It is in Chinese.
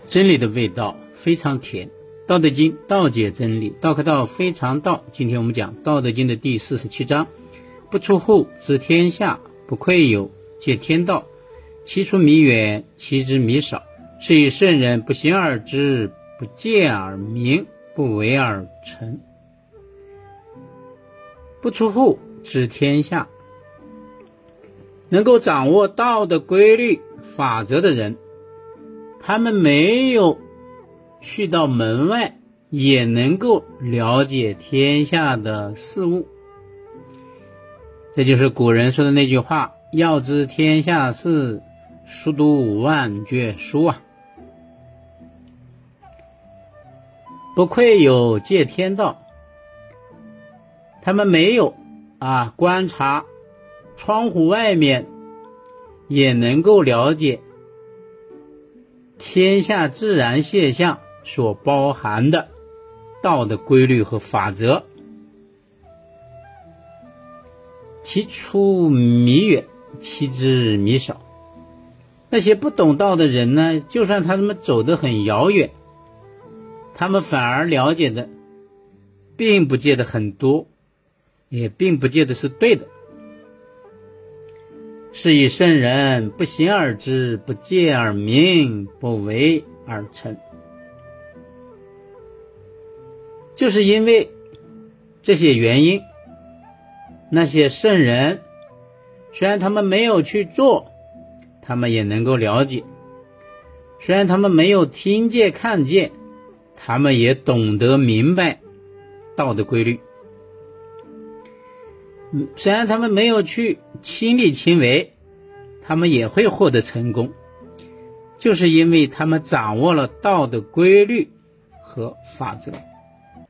真理的味道非常甜。道德经道解真理，道可道非常道。今天我们讲道德经的第47章，不出户知天下，不窥有借天道，其出弥远，其知弥少。是以圣人不行而知，不见而明，不为而成。不出户知天下，能够掌握道的规律法则的人，他们没有去到门外，也能够了解天下的事物。这就是古人说的那句话，要知天下事，熟读万卷书啊。不窥有借天道，他们没有观察窗户外面，也能够了解天下自然现象所包含的道的规律和法则。其出弥远，其知弥少。那些不懂道的人呢，就算他们走得很遥远，他们反而了解的并不见得很多，也并不见得是对的。是以圣人不行而知，不见而明，不为而成。就是因为这些原因，那些圣人虽然他们没有去做，他们也能够了解；虽然他们没有听见看见，他们也懂得明白道的规律。虽然他们没有去亲力亲为，他们也会获得成功，就是因为他们掌握了道的规律和法则。